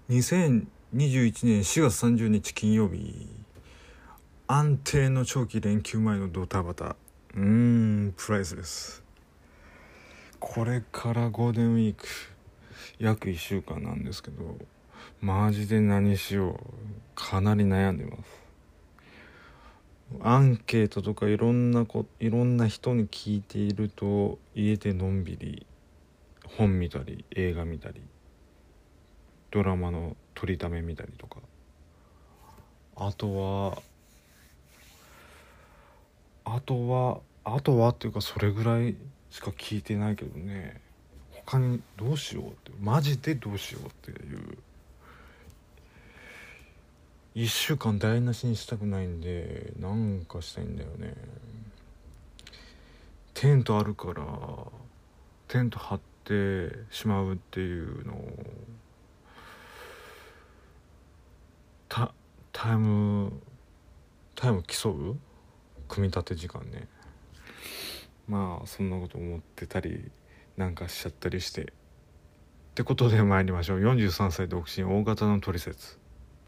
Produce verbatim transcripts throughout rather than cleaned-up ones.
にせんにじゅういちねんしがつさんじゅうにち金曜日、安定の長期連休前のドタバタ、うーんプライスです。これからゴールデンウィーク約いっしゅうかんなんですけど、マジで何しようかなり悩んでます。アンケートとかいろんなこいろんな人に聞いていると、家でのんびり本見たり映画見たりドラマの撮りため見たりとか、あとはあとはあとはっていうかそれぐらいしか聞いてないけどね。他にどうしようってマジでどうしようっていういっしゅうかん台無しにしたくないんで、なんかしたいんだよね。テントあるからテント張ってしまうっていうのをタタイムタイム競う組み立て時間ね。まあそんなこと思ってたりなんかしちゃったりしてってことで参りましょう。よんじゅうさんさい独身大型のトリセツ。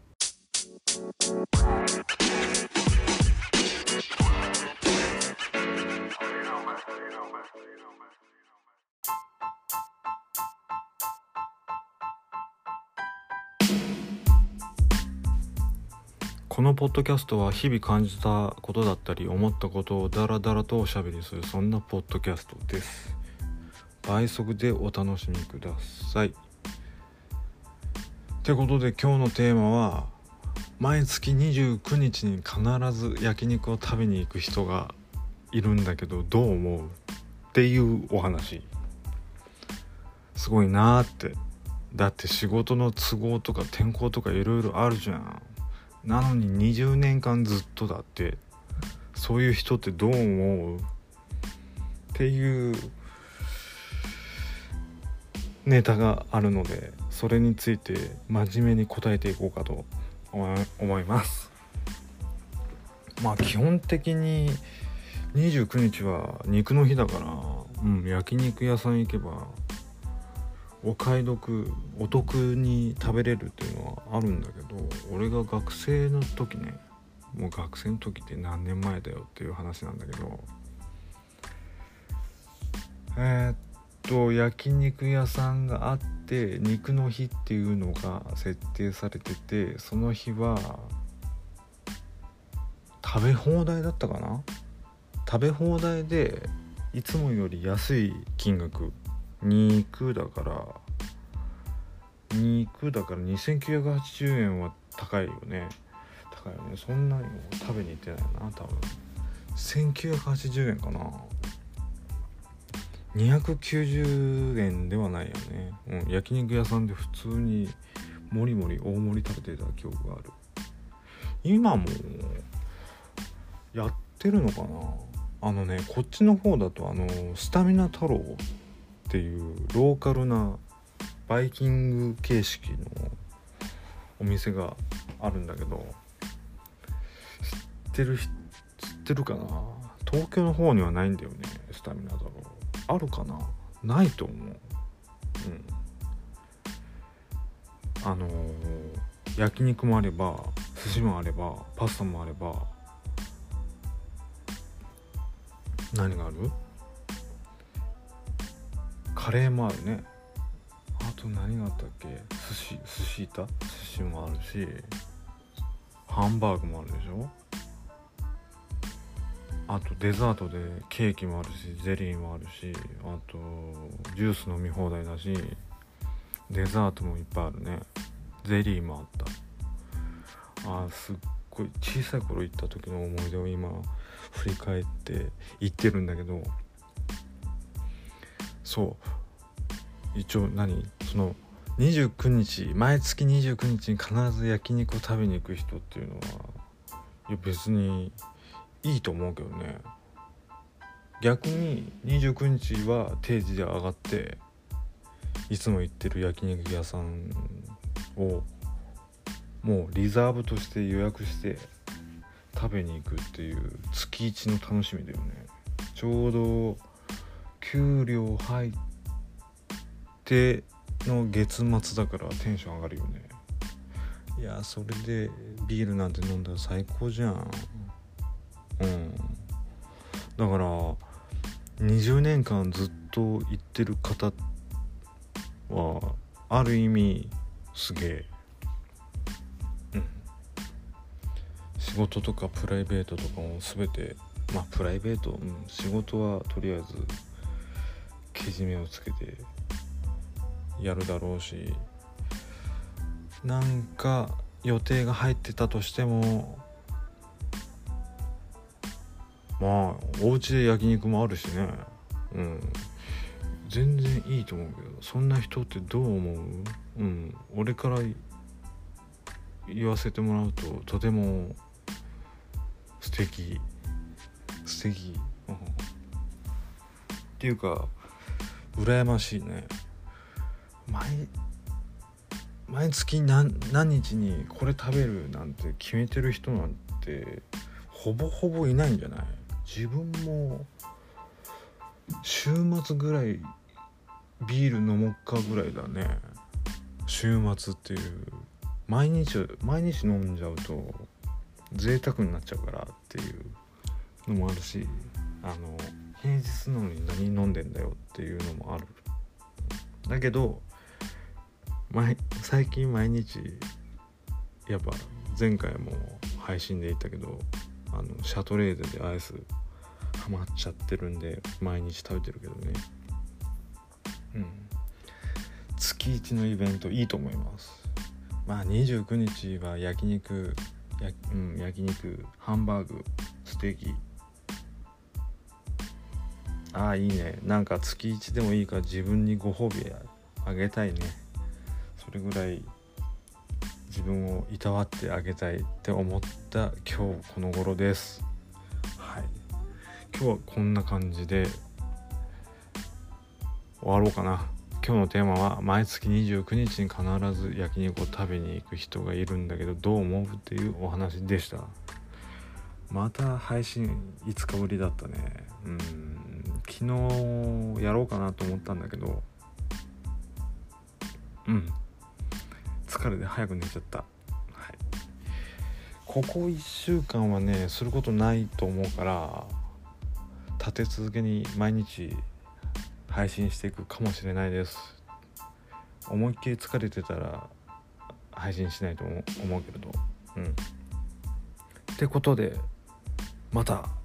このポッドキャストは日々感じたことだったり思ったことをダラダラとおしゃべりする、そんなポッドキャストです。倍速でお楽しみください。ってことで今日のテーマは、毎月にじゅうくにちに必ず焼肉を食べに行く人がいるんだけどどう思うっていうお話。すごいなーって。だって仕事の都合とか天候とかいろいろあるじゃん。なのににじゅうねんかんずっとだって。そういう人ってどう思うっていうネタがあるので、それについて真面目に答えていこうかと思います。まあ基本的ににじゅうくにちは肉の日だから、うん、焼肉屋さん行けばお買い得お得に食べれるっていうのはあるんだけど、俺が学生の時ね、もう学生の時って何年前だよっていう話なんだけど、えー、っと焼肉屋さんがあって肉の日っていうのが設定されてて、その日は食べ放題だったかな。食べ放題でいつもより安い金額、肉だから肉だからにせんきゅうひゃくはちじゅうえんは高いよね。高いよね。そんなにも食べに行ってないな、多分せんきゅうひゃくはちじゅうえんかな。にひゃくきゅうじゅうえんではないよね、うん、焼肉屋さんで普通にもりもり大盛り食べてた記憶がある。今もやってるのかな。あのね、こっちの方だとあのスタミナ太郎っていうローカルなバイキング形式のお店があるんだけど、知ってる知ってるかな。東京の方にはないんだよね、スタミナ太郎。あるかな。ないと思う。うんあのー、焼肉もあれば寿司もあればパスタもあれば、何がある？カレーもあるね。あと何があったっけ。寿司寿司いた寿司もあるし、ハンバーグもあるでしょ。あとデザートでケーキもあるしゼリーもあるし、あとジュース飲み放題だし、デザートもいっぱいあるね。ゼリーもあった。あーすっごい小さい頃行った時の思い出を今振り返って言ってるんだけど、そう一応何そのにじゅうくにち、毎月にじゅうくにちに必ず焼肉を食べに行く人っていうのは、いや別にいいと思うけどね。逆ににじゅうくにちは定時で上がっていつも行ってる焼肉屋さんをもうリザーブとして予約して食べに行くっていう月一の楽しみだよね。ちょうど給料入っての月末だからテンション上がるよね。 いやそれでビールなんて飲んだら最高じゃん。うんだからにじゅうねんかんずっと行ってる方はある意味すげえ、うん、仕事とかプライベートとかも全てまあプライベート、うん、仕事はとりあえずけじめをつけてやるだろうし、なんか予定が入ってたとしてもまあお家で焼肉もあるしね、うん全然いいと思うけど、そんな人ってどう思う？うん俺から言わせてもらうととても素敵素敵、うん、っていうか羨ましいね。毎毎月 何, 何日にこれ食べるなんて決めてる人なんてほぼほぼいないんじゃない？自分も週末ぐらいビール飲もうかぐらいだね。週末っていう毎日毎日飲んじゃうと贅沢になっちゃうからっていうのもあるし、あの平日なのに何飲んでんだよっていうのもある。だけど毎最近毎日やっぱ前回も配信で言ったけどあのシャトレーゼでアイスハマっちゃってるんで毎日食べてるけどね。うん月いちのイベントいいと思います。まあにじゅうくにちは焼肉や、うん、焼肉ハンバーグステーキ、ああいいね。なんか月いちでもいいから自分にご褒美あげたいね。それぐらい自分をいたわってあげたいって思った今日この頃です。はい今日はこんな感じで終わろうかな。今日のテーマは毎月にじゅうくにちに必ず焼肉を食べに行く人がいるんだけどどう思うっていうお話でした。また配信いつかぶりだったね。うん昨日やろうかなと思ったんだけどうん疲れて早く寝ちゃった、はい、ここいっしゅうかんはねすることないと思うから立て続けに毎日配信していくかもしれないです。思いっきり疲れてたら配信しないと思うけれどうんってことでまた。